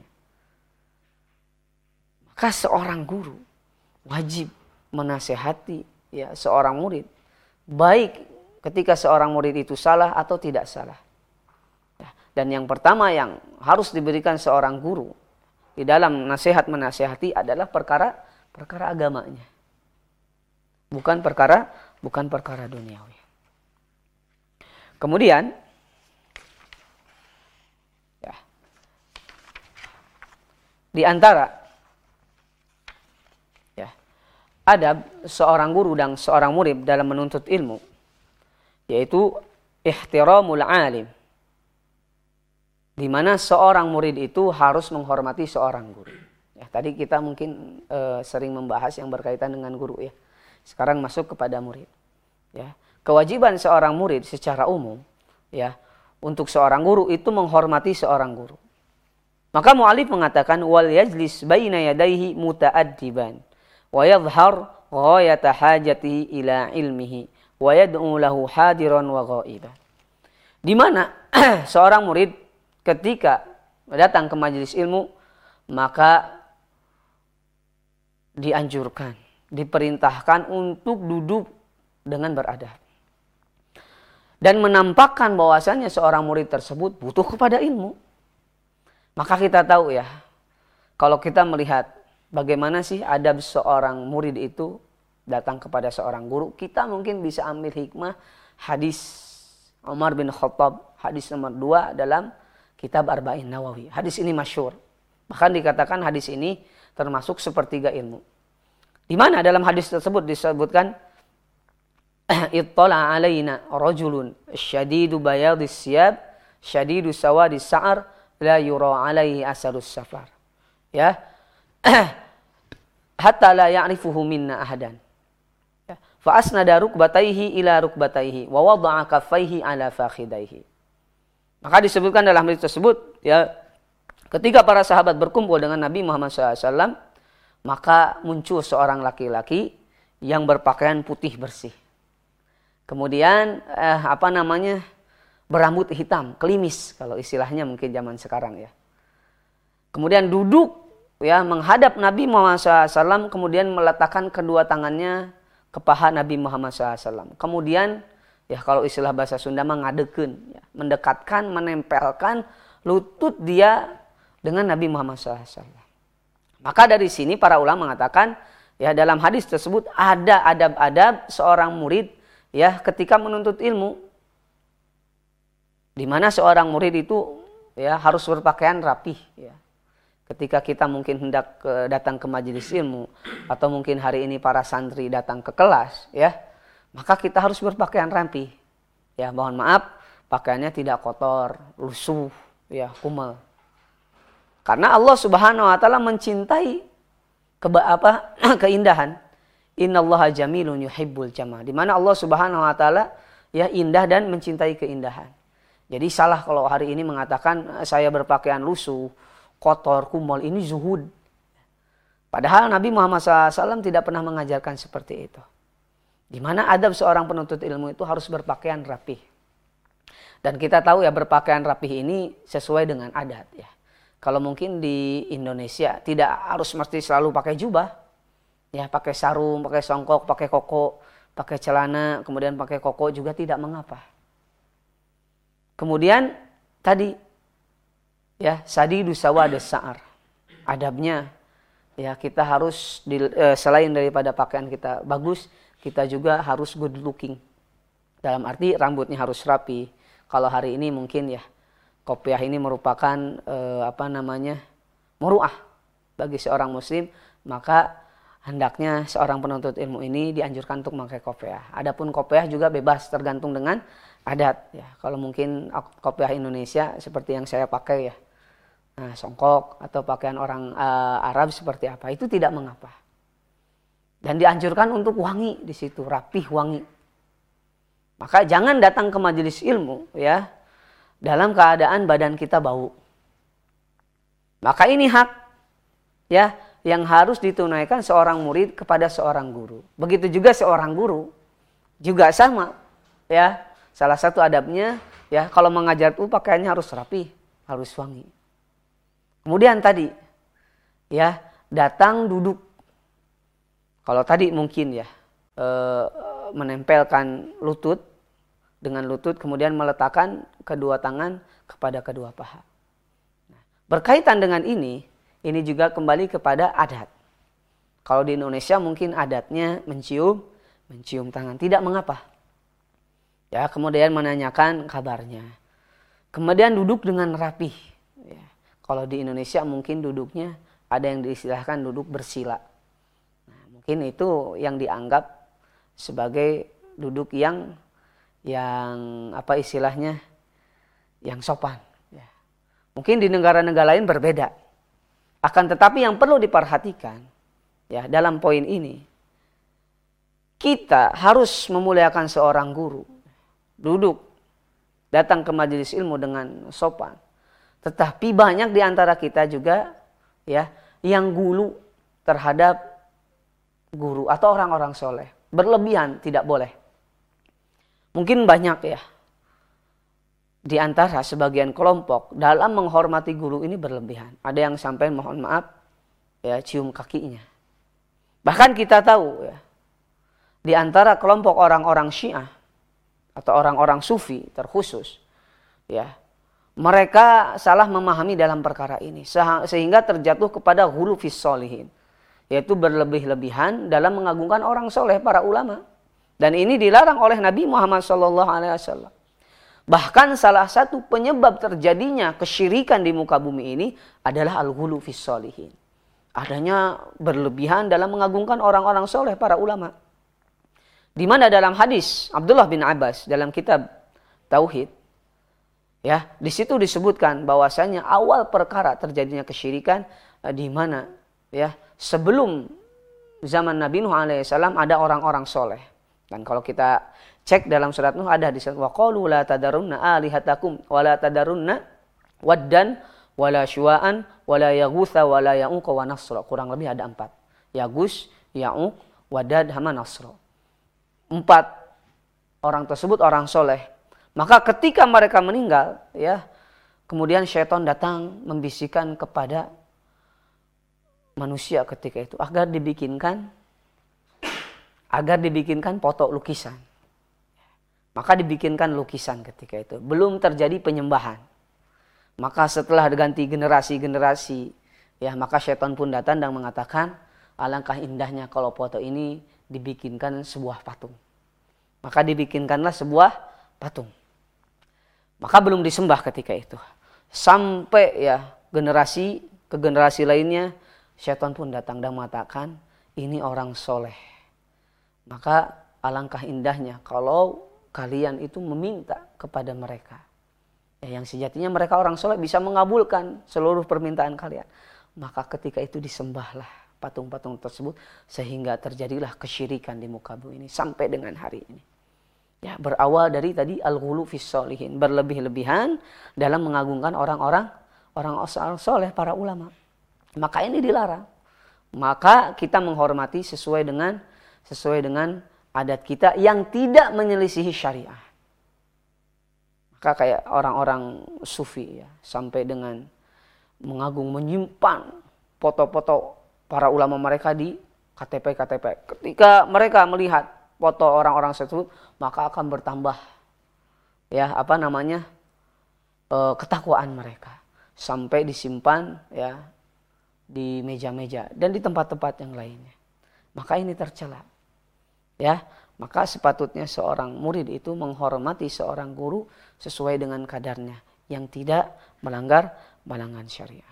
Speaker 3: Maka seorang guru wajib menasihati ya seorang murid, baik ketika seorang murid itu salah atau tidak salah. Ya, dan yang pertama yang harus diberikan seorang guru di dalam nasihat menasihati adalah perkara perkara agamanya, bukan perkara bukan perkara duniawi. Kemudian ya, di antara ya, adab seorang guru dan seorang murid dalam menuntut ilmu yaitu ihtiramul alim, di mana seorang murid itu harus menghormati seorang guru. Ya, tadi kita mungkin e, sering membahas yang berkaitan dengan guru ya. Sekarang masuk kepada murid. Ya, kewajiban seorang murid secara umum ya untuk seorang guru itu menghormati seorang guru. Maka mu'allif mengatakan wal yajlis baina yadayhi muta'addiban wa yadhhar ghayata hajatihi ila ilmihi wa yad'u lahu hadiran wa ghaiban. Di mana seorang murid ketika datang ke majelis ilmu, maka dianjurkan, diperintahkan untuk duduk dengan beradab. Dan menampakkan bahwasannya seorang murid tersebut butuh kepada ilmu. Maka kita tahu ya, kalau kita melihat bagaimana sih adab seorang murid itu datang kepada seorang guru, kita mungkin bisa ambil hikmah hadis Umar bin Khattab, hadis nomor dua dalam Kitab Arba'in Nawawi. Hadis ini masyhur. Bahkan dikatakan hadis ini termasuk sepertiga ilmu. Di mana dalam hadis tersebut disebutkan ittala alaina rajulun syadidu bayadis siyab syadidu sawadis sa'ar la yura alaihi asarus safar. Ya. Hatta la ya'rifuhu minna ahadan. Ya. Fa asnada rukbatayhi ila rukbatayhi wa wada'a kaffayhi ala fakhidayhi. Maka disebutkan dalam hadis tersebut ya, ketika para sahabat berkumpul dengan Nabi Muhammad shallallahu alaihi wasallam, maka muncul seorang laki-laki yang berpakaian putih bersih. Kemudian eh, apa namanya berambut hitam, klimis kalau istilahnya mungkin zaman sekarang ya. Kemudian duduk ya menghadap Nabi Muhammad shallallahu alaihi wasallam, kemudian meletakkan kedua tangannya ke paha Nabi Muhammad shallallahu alaihi wasallam. Kemudian ya kalau istilah bahasa Sunda mengadeken, ya, mendekatkan, menempelkan lutut dia dengan Nabi Muhammad shallallahu alaihi wasallam. Maka dari sini para ulama mengatakan ya dalam hadis tersebut ada adab-adab seorang murid ya ketika menuntut ilmu, di mana seorang murid itu ya harus berpakaian rapih ya. Ketika kita mungkin hendak ke, datang ke majelis ilmu atau mungkin hari ini para santri datang ke kelas ya, maka kita harus berpakaian rapi. Ya, mohon maaf, pakaiannya tidak kotor, lusuh, ya, kumel. Karena Allah Subhanahu wa taala mencintai keba apa? keindahan. Innallaha jamilun yuhibbul jamal. Di mana Allah Subhanahu wa taala ya indah dan mencintai keindahan. Jadi salah kalau hari ini mengatakan saya berpakaian lusuh, kotor, kumel, ini zuhud. Padahal Nabi Muhammad shallallahu alaihi wasallam tidak pernah mengajarkan seperti itu. Di mana adab seorang penuntut ilmu itu harus berpakaian rapih. Dan kita tahu ya berpakaian rapih ini sesuai dengan adat ya. Kalau mungkin di Indonesia tidak harus mesti selalu pakai jubah. Ya, pakai sarung, pakai songkok, pakai koko, pakai celana, kemudian pakai koko juga tidak mengapa. Kemudian tadi ya sadidu sawadis sa'ar. Adabnya ya kita harus di, eh, selain daripada pakaian kita bagus, kita juga harus good looking. Dalam arti rambutnya harus rapi. Kalau hari ini mungkin ya kopiah ini merupakan eh, apa namanya muruah bagi seorang muslim, maka hendaknya seorang penuntut ilmu ini dianjurkan untuk memakai kopiah. Adapun kopiah juga bebas tergantung dengan adat ya. Kalau mungkin kopiah Indonesia seperti yang saya pakai ya, nah, songkok atau pakaian orang uh, Arab seperti apa, itu tidak mengapa. Dan dianjurkan untuk wangi di situ, rapih wangi. Maka jangan datang ke majelis ilmu ya dalam keadaan badan kita bau. Maka ini hak ya yang harus ditunaikan seorang murid kepada seorang guru. Begitu juga seorang guru juga sama ya. Salah satu adabnya ya kalau mengajar itu pakaiannya harus rapi, harus wangi. Kemudian tadi ya datang duduk. Kalau tadi mungkin ya e, menempelkan lutut dengan lutut, kemudian meletakkan kedua tangan kepada kedua paha. Nah, berkaitan dengan ini, ini juga kembali kepada adat. Kalau di Indonesia mungkin adatnya mencium, mencium tangan, tidak mengapa. Ya, kemudian menanyakan kabarnya. Kemudian duduk dengan rapih. Ya. Kalau di Indonesia mungkin duduknya ada yang diistilahkan duduk bersila. Nah, mungkin itu yang dianggap sebagai duduk yang yang apa istilahnya yang sopan. Ya. Mungkin di negara-negara lain berbeda. Akan tetapi yang perlu diperhatikan ya dalam poin ini, kita harus memuliakan seorang guru. Duduk, datang ke majelis ilmu dengan sopan. Tetapi banyak di antara kita juga ya yang gulu terhadap guru atau orang-orang soleh. Berlebihan tidak boleh. Mungkin banyak ya di antara sebagian kelompok dalam menghormati guru ini berlebihan. Ada yang sampai mohon maaf ya cium kakinya. Bahkan kita tahu ya di antara kelompok orang-orang Syiah atau orang-orang sufi terkhusus ya mereka salah memahami dalam perkara ini sehingga terjatuh kepada ghulu fis sholihin, yaitu berlebih-lebihan dalam mengagungkan orang soleh, para ulama, dan ini dilarang oleh Nabi Muhammad shallallahu alaihi wasallam. Bahkan salah satu penyebab terjadinya kesyirikan di muka bumi ini adalah al-ghulu fis sholihin, adanya berlebihan dalam mengagungkan orang-orang soleh, para ulama. Di mana dalam hadis Abdullah bin Abbas dalam kitab Tauhid, ya di situ disebutkan bahwasanya awal perkara terjadinya kesyirikan di mana ya sebelum zaman Nabi Nuh alaihissalam ada orang-orang soleh. Dan kalau kita cek dalam surat Nuh ada di situ waqalu la tadarunna alihatakum wa la tadarunna waddan wala syua'an wala yaghutsa wala ya'uq wa nasra. Kurang lebih ada empat. Yaghus, Ya'uq, Wadad, sama Nasra. Empat orang tersebut orang soleh. Maka ketika mereka meninggal, ya, kemudian syaitan datang membisikkan kepada manusia ketika itu agar dibikinkan, agar dibikinkan foto lukisan. Maka dibikinkan lukisan ketika itu. Belum terjadi penyembahan. Maka setelah ganti generasi-generasi, ya, maka syaitan pun datang dan mengatakan, alangkah indahnya kalau foto ini dibikinkan sebuah patung. Maka dibikinkanlah sebuah patung. Maka belum disembah ketika itu. Sampai ya generasi ke generasi lainnya, syaitan pun datang dan mengatakan, ini orang soleh. Maka alangkah indahnya kalau kalian itu meminta kepada mereka. Ya, yang sejatinya mereka orang soleh bisa mengabulkan seluruh permintaan kalian. Maka ketika itu disembahlah patung-patung tersebut sehingga terjadilah kesyirikan di muka bumi ini sampai dengan hari ini. Ya, berawal dari tadi al-ghulu fis sholihin, berlebih-lebihan dalam mengagungkan orang-orang orang-orang soleh, para ulama. Maka ini dilarang. Maka kita menghormati sesuai dengan sesuai dengan adat kita yang tidak menyelisihi syariah. Maka kayak orang-orang sufi ya, sampai dengan mengagung menyimpan foto-foto para ulama mereka di K T P-K T P. Ketika mereka melihat foto orang-orang tersebut, maka akan bertambah ya apa namanya e, ketakwaan mereka sampai disimpan ya di meja-meja dan di tempat-tempat yang lainnya. Maka ini tercela. Ya, maka sepatutnya seorang murid itu menghormati seorang guru sesuai dengan kadarnya yang tidak melanggar balangan syariah.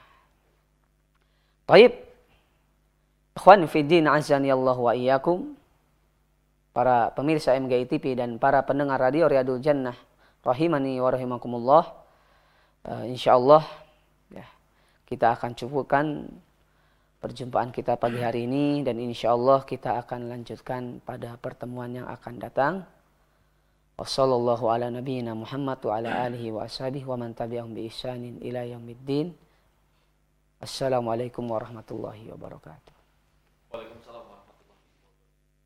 Speaker 3: Baik. Ikhwan fiddin azani Allah wa iyyakum, para pemirsa M G I T V dan para pendengar radio Riyadul Jannah rahimani wa rahimakumullah. Uh, insyaallah ya, kita akan cukupkan perjumpaan kita pagi hari ini dan insyaallah kita akan lanjutkan pada pertemuan yang akan datang. Wassallallahu ala nabiyyina Muhammad wa ala alihi wa ashabihi wa man tabi'ahum bi ihsanin ila yaumiddin. Assalamualaikum warahmatullahi wabarakatuh.
Speaker 2: Waalaikumsalam warahmatullahi wabarakatuh.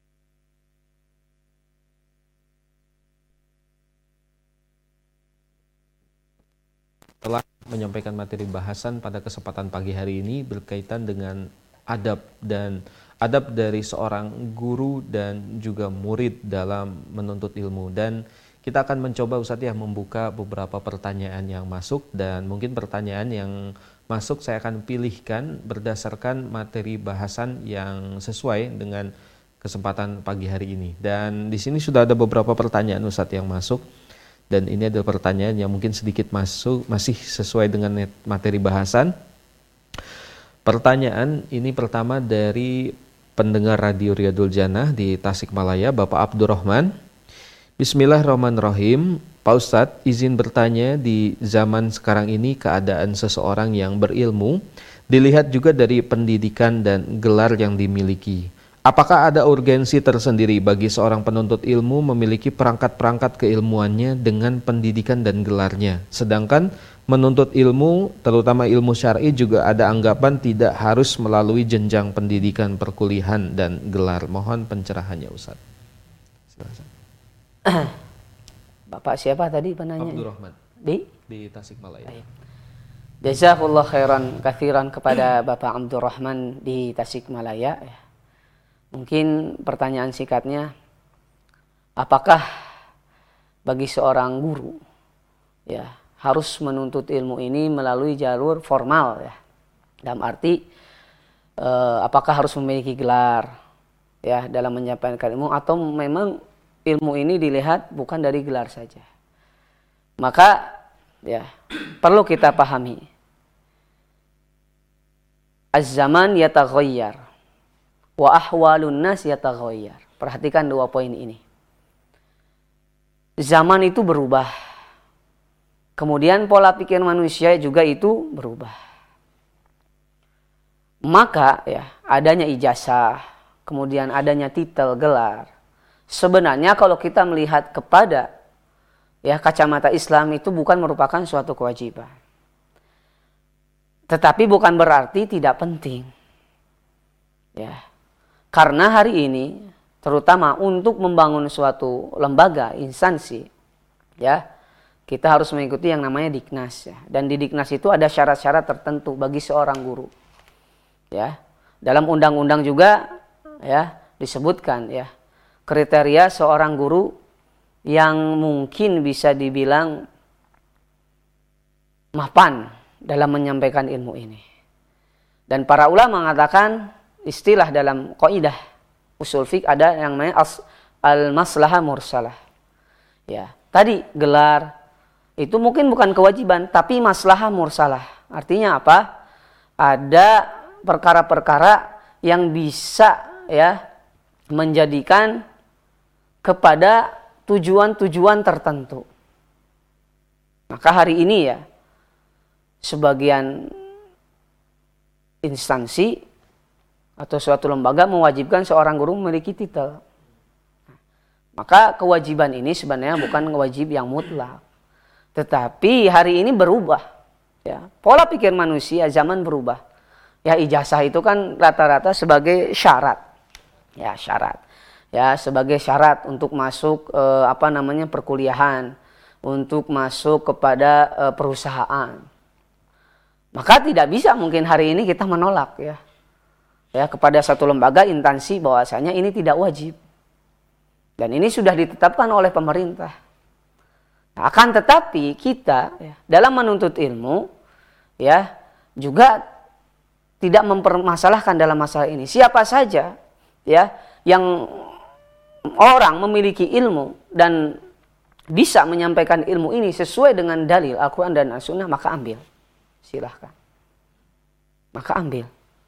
Speaker 2: Telah menyampaikan materi bahasan pada kesempatan pagi hari ini berkaitan dengan adab dan adab dari seorang guru dan juga murid dalam menuntut ilmu, dan kita akan mencoba Ustadz ya membuka beberapa pertanyaan yang masuk, dan mungkin pertanyaan yang masuk saya akan pilihkan berdasarkan materi bahasan yang sesuai dengan kesempatan pagi hari ini. Dan di sini sudah ada beberapa pertanyaan Ustadz yang masuk. Dan ini adalah pertanyaan yang mungkin sedikit masuk, masih sesuai dengan materi bahasan. Pertanyaan ini pertama dari pendengar Radio Riyadul Jannah di Tasikmalaya, Bapak Abdurrahman. Bismillahirrahmanirrahim. Pak Ustadz, izin bertanya, di zaman sekarang ini keadaan seseorang yang berilmu dilihat juga dari pendidikan dan gelar yang dimiliki. Apakah ada urgensi tersendiri bagi seorang penuntut ilmu memiliki perangkat-perangkat keilmuannya dengan pendidikan dan gelarnya? Sedangkan menuntut ilmu, terutama ilmu syar'i, juga ada anggapan tidak harus melalui jenjang pendidikan perkuliahan dan gelar. Mohon pencerahannya, Ustaz. Silakan.
Speaker 3: Bapak siapa tadi penanya?
Speaker 2: Abdurrahman.
Speaker 3: Di?
Speaker 2: Di Tasikmalaya.
Speaker 3: Jazakallah khairan katsiran kepada Bapak Abdurrahman di Tasikmalaya. Mungkin pertanyaan singkatnya, apakah bagi seorang guru ya harus menuntut ilmu ini melalui jalur formal ya? Dalam arti eh, apakah harus memiliki gelar ya dalam menyampaikan ilmu, atau memang ilmu ini dilihat bukan dari gelar saja? Maka ya perlu kita pahami, az-zaman yataghayyar wa ahwalun nas yataghayyar. Perhatikan dua poin ini. Zaman itu berubah. Kemudian pola pikir manusia juga itu berubah. Maka ya adanya ijazah, kemudian adanya titel gelar. Sebenarnya kalau kita melihat kepada ya kacamata Islam itu bukan merupakan suatu kewajiban. Tetapi bukan berarti tidak penting. Ya. Karena hari ini, terutama untuk membangun suatu lembaga, instansi, ya, kita harus mengikuti yang namanya Diknas. Ya. Dan di Diknas itu ada syarat-syarat tertentu bagi seorang guru. Ya, dalam undang-undang juga, ya, disebutkan, ya, kriteria seorang guru yang mungkin bisa dibilang mapan dalam menyampaikan ilmu ini. Dan para ulama mengatakan, istilah dalam kaidah usul fiqh ada yang namanya al-maslahah mursalah. Ya, tadi gelar itu mungkin bukan kewajiban tapi maslahah mursalah. Artinya apa? Ada perkara-perkara yang bisa ya menjadikan kepada tujuan-tujuan tertentu. Maka hari ini ya sebagian instansi atau suatu lembaga mewajibkan seorang guru memiliki titel. Maka kewajiban ini sebenarnya bukan wajib yang mutlak. Tetapi hari ini berubah. Ya, pola pikir manusia zaman berubah. Ya, ijazah itu kan rata-rata sebagai syarat. Ya, syarat. Ya, sebagai syarat untuk masuk eh, apa namanya perkuliahan, untuk masuk kepada eh, perusahaan. Maka tidak bisa mungkin hari ini kita menolak ya. Ya, kepada satu lembaga instansi bahwasanya ini tidak wajib. Dan ini sudah ditetapkan oleh pemerintah. Nah, akan tetapi kita ya, dalam menuntut ilmu ya juga tidak mempermasalahkan dalam masalah ini. Siapa saja ya yang orang memiliki ilmu dan bisa menyampaikan ilmu ini sesuai dengan dalil Al-Quran dan As-Sunnah, maka ambil. Silahkan. Maka ambil.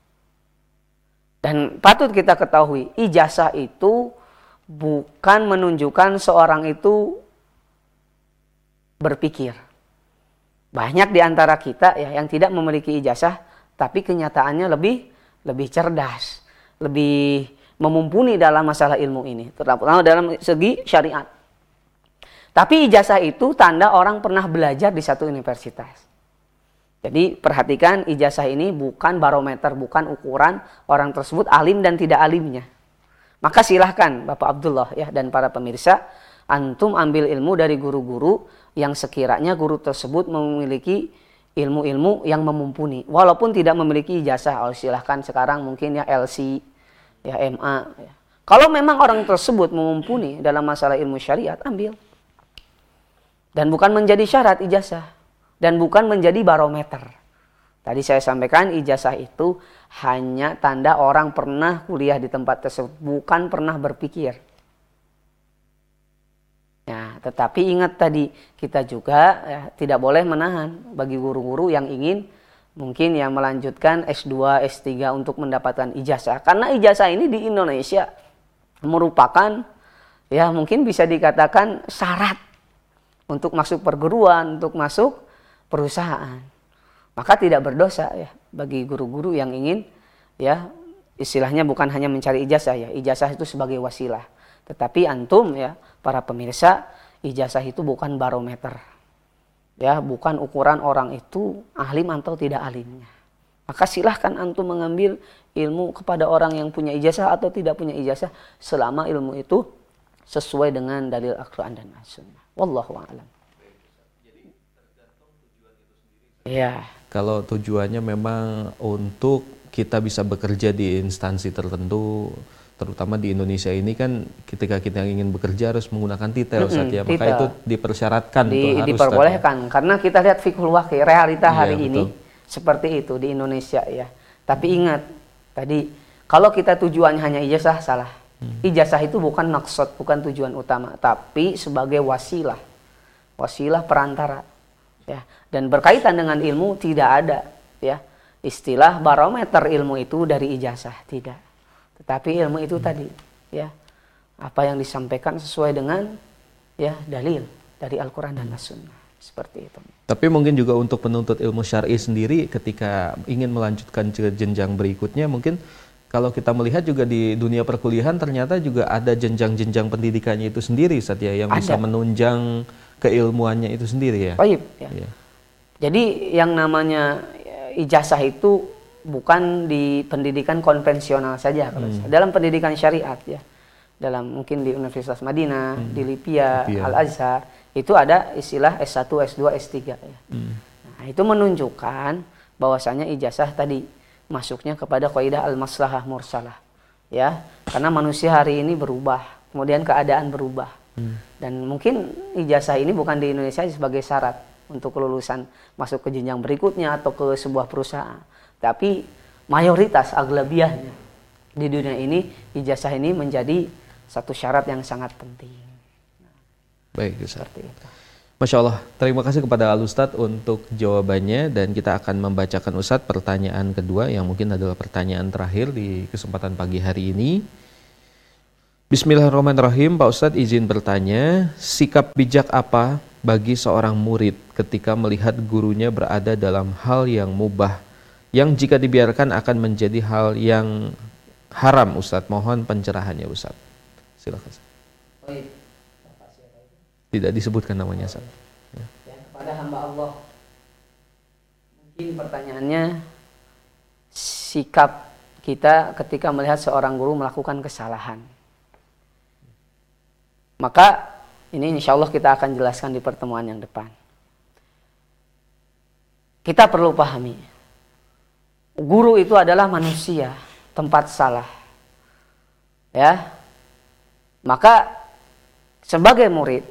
Speaker 3: Dan patut kita ketahui, ijazah itu bukan menunjukkan seorang itu berpikir. Banyak di antara kita ya yang tidak memiliki ijazah, tapi kenyataannya lebih lebih cerdas, lebih memumpuni dalam masalah ilmu ini, terutama dalam segi syariat. Tapi ijazah itu tanda orang pernah belajar di satu universitas. Jadi perhatikan, ijazah ini bukan barometer, bukan ukuran orang tersebut alim dan tidak alimnya. Maka silahkan Bapak Abdullah ya dan para pemirsa, antum ambil ilmu dari guru-guru yang sekiranya guru tersebut memiliki ilmu-ilmu yang memumpuni. Walaupun tidak memiliki ijazah, oh silahkan sekarang mungkin ya L C, ya M A. Ya. Kalau memang orang tersebut memumpuni dalam masalah ilmu syariat, ambil. Dan bukan menjadi syarat ijazah. Dan bukan menjadi barometer. Tadi saya sampaikan ijazah itu hanya tanda orang pernah kuliah di tempat tersebut, bukan pernah berpikir. Ya, tetapi ingat tadi, kita juga ya, tidak boleh menahan bagi guru-guru yang ingin mungkin yang melanjutkan S dua, S tiga untuk mendapatkan ijazah. Karena ijazah ini di Indonesia merupakan ya mungkin bisa dikatakan syarat untuk masuk perguruan, untuk masuk perusahaan. Maka tidak berdosa ya bagi guru-guru yang ingin ya istilahnya bukan hanya mencari ijazah ya. Ijazah itu sebagai wasilah. Tetapi antum ya para pemirsa, ijazah itu bukan barometer. Ya, bukan ukuran orang itu alim atau tidak alimnya. Maka silahkan antum mengambil ilmu kepada orang yang punya ijazah atau tidak punya ijazah selama ilmu itu sesuai dengan dalil Al-Quran dan As-Sunnah. Wallahu a'lam. Ya.
Speaker 2: Kalau tujuannya memang untuk kita bisa bekerja di instansi tertentu, terutama di Indonesia ini kan ketika kita ingin bekerja harus menggunakan titel, Ustaz, ya. Maka
Speaker 3: titel.
Speaker 2: itu dipersyaratkan
Speaker 3: di,
Speaker 2: tuh, harus,
Speaker 3: diperbolehkan
Speaker 2: Ustaz, ya.
Speaker 3: Karena kita lihat fiqhul waqi, realita hari
Speaker 2: Iya,
Speaker 3: ini
Speaker 2: betul.
Speaker 3: seperti itu di Indonesia ya. Tapi ingat tadi kalau kita tujuannya hanya ijazah, salah. Hmm. Ijazah itu bukan maksud, bukan tujuan utama, tapi sebagai wasilah, wasilah perantara. Ya, dan berkaitan dengan ilmu tidak ada ya istilah barometer ilmu itu dari ijazah, tidak. Tetapi ilmu itu hmm. tadi ya apa yang disampaikan sesuai dengan ya dalil dari Al-Quran dan As-Sunnah, seperti itu.
Speaker 2: Tapi mungkin juga untuk penuntut ilmu syar'i sendiri ketika ingin melanjutkan ke jenjang berikutnya, mungkin kalau kita melihat juga di dunia perkuliahan ternyata juga ada jenjang-jenjang pendidikannya itu sendiri, Ustaz, ya, yang
Speaker 3: ada.
Speaker 2: bisa menunjang keilmuannya itu sendiri ya.
Speaker 3: Baik, ya. Ya. Jadi yang namanya ijazah itu bukan di pendidikan konvensional saja, hmm. dalam pendidikan syariat ya, dalam mungkin di Universitas Madinah, hmm. di Lipia, Lipia, Al-Azhar itu ada istilah S satu, S dua, S tiga ya. Hmm. Nah, itu menunjukkan bahwasanya ijazah tadi masuknya kepada kaidah al-maslahah mursalah ya, karena manusia hari ini berubah, kemudian keadaan berubah. Hmm. Dan mungkin ijazah ini bukan di Indonesia sebagai syarat untuk kelulusan masuk ke jenjang berikutnya atau ke sebuah perusahaan. Tapi mayoritas aglabiahnya di dunia ini ijazah ini menjadi satu syarat yang sangat penting. Nah,
Speaker 2: baik, Ustaz.
Speaker 3: Seperti itu.
Speaker 2: Masya Allah, terima kasih kepada Al-Ustadz untuk jawabannya, dan kita akan membacakan, Ustadz, pertanyaan kedua yang mungkin adalah pertanyaan terakhir di kesempatan pagi hari ini. Bismillahirrahmanirrahim. Pak Ustadz izin bertanya, sikap bijak apa bagi seorang murid ketika melihat gurunya berada dalam hal yang mubah, yang jika dibiarkan akan menjadi hal yang haram, Ustadz? Mohon pencerahannya, Ustadz. Silakan. Tidak disebutkan namanya, Ustadz.
Speaker 3: Ya. Ya, kepada hamba Allah. Mungkin pertanyaannya, sikap kita ketika melihat seorang guru melakukan kesalahan. Maka ini insya Allah kita akan jelaskan di pertemuan yang depan. Kita perlu pahami, guru itu adalah manusia, tempat salah. Ya, maka sebagai murid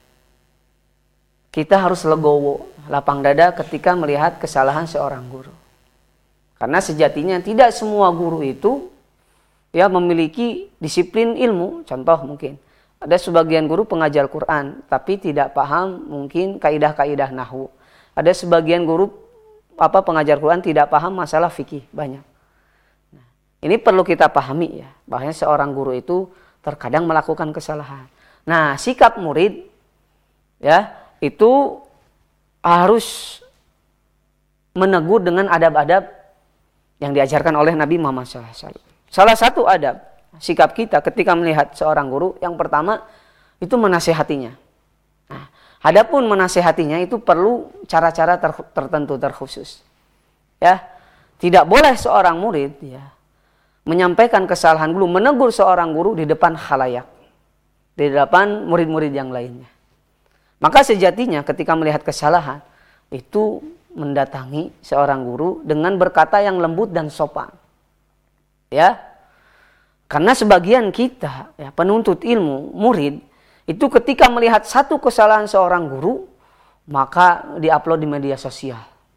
Speaker 3: kita harus legowo, lapang dada ketika melihat kesalahan seorang guru. Karena sejatinya tidak semua guru itu ya memiliki disiplin ilmu. Contoh mungkin ada sebagian guru pengajar Quran, tapi tidak paham mungkin kaidah-kaidah nahwu. Ada sebagian guru apa pengajar Quran tidak paham masalah fikih, banyak. Nah, ini perlu kita pahami ya, bahwa seorang guru itu terkadang melakukan kesalahan. Nah, sikap murid ya itu harus menegur dengan adab-adab yang diajarkan oleh Nabi Muhammad shallallahu alaihi wasallam. Salah satu adab sikap kita ketika melihat seorang guru, yang pertama itu menasehatinya. Nah, adapun menasehatinya itu perlu cara-cara ter- tertentu terkhusus. Ya, tidak boleh seorang murid ya menyampaikan kesalahan guru, menegur seorang guru di depan khalayak, di depan murid-murid yang lainnya. Maka sejatinya ketika melihat kesalahan itu mendatangi seorang guru dengan berkata yang lembut dan sopan. Ya. Karena sebagian kita, ya, penuntut ilmu, murid, itu ketika melihat satu kesalahan seorang guru, maka diupload di media sosial.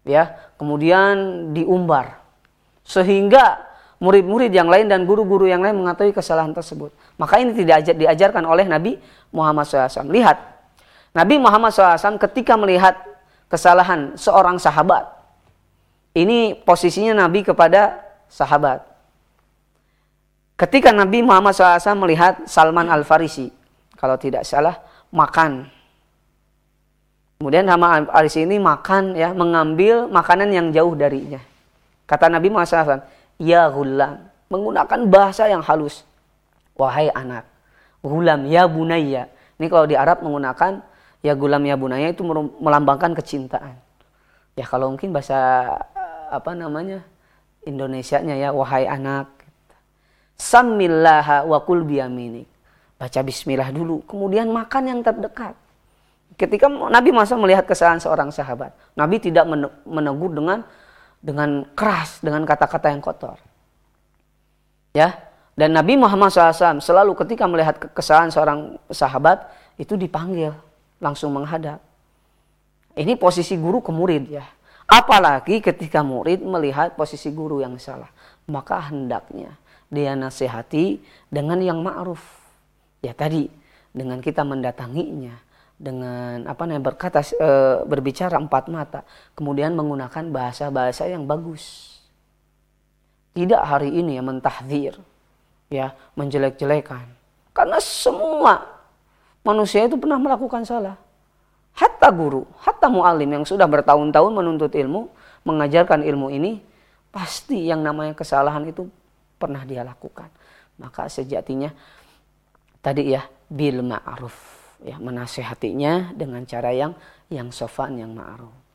Speaker 3: ya, kemudian diumbar sehingga murid-murid yang lain dan guru-guru yang lain mengetahui kesalahan tersebut. Maka ini tidak diajarkan oleh Nabi Muhammad shallallahu alaihi wasallam. Lihat, Nabi Muhammad shallallahu alaihi wasallam ketika melihat kesalahan seorang sahabat, ini posisinya Nabi kepada sahabat. Ketika Nabi Muhammad shallallahu alaihi wasallam melihat Salman Al-Farisi, kalau tidak salah, makan. Kemudian Salman Al-Farisi ini makan, ya, mengambil makanan yang jauh darinya. Kata Nabi Muhammad shallallahu alaihi wasallam, ya gulam, menggunakan bahasa yang halus. Wahai anak, gulam ya bunayya. Ini kalau di Arab menggunakan ya gulam ya bunayya itu melambangkan kecintaan. Ya kalau mungkin bahasa apa namanya Indonesianya ya, wahai anak. Samillaha wa kul biyaminik. Baca bismillah dulu, kemudian makan yang terdekat. Ketika Nabi masa melihat kesalahan seorang sahabat, Nabi tidak menegur dengan dengan keras, dengan kata-kata yang kotor. Ya, dan Nabi Muhammad shallallahu alaihi wasallam selalu ketika melihat kesalahan seorang sahabat itu dipanggil, langsung menghadap. Ini posisi guru ke murid ya. Apalagi ketika murid melihat posisi guru yang salah, maka hendaknya dia nasihati dengan yang ma'ruf. Ya tadi, dengan kita mendatanginya, dengan apa namanya berkata e, berbicara empat mata, kemudian menggunakan bahasa-bahasa yang bagus. Tidak hari ini ya mentahdzir, ya menjelek-jelekan. Karena semua manusia itu pernah melakukan salah. Hatta guru, hatta muallim yang sudah bertahun-tahun menuntut ilmu, mengajarkan ilmu ini, pasti yang namanya kesalahan itu pernah dia lakukan. Maka sejatinya tadi ya bil ma'ruf, ya menasehatinya dengan cara yang yang sofan, yang ma'ruf.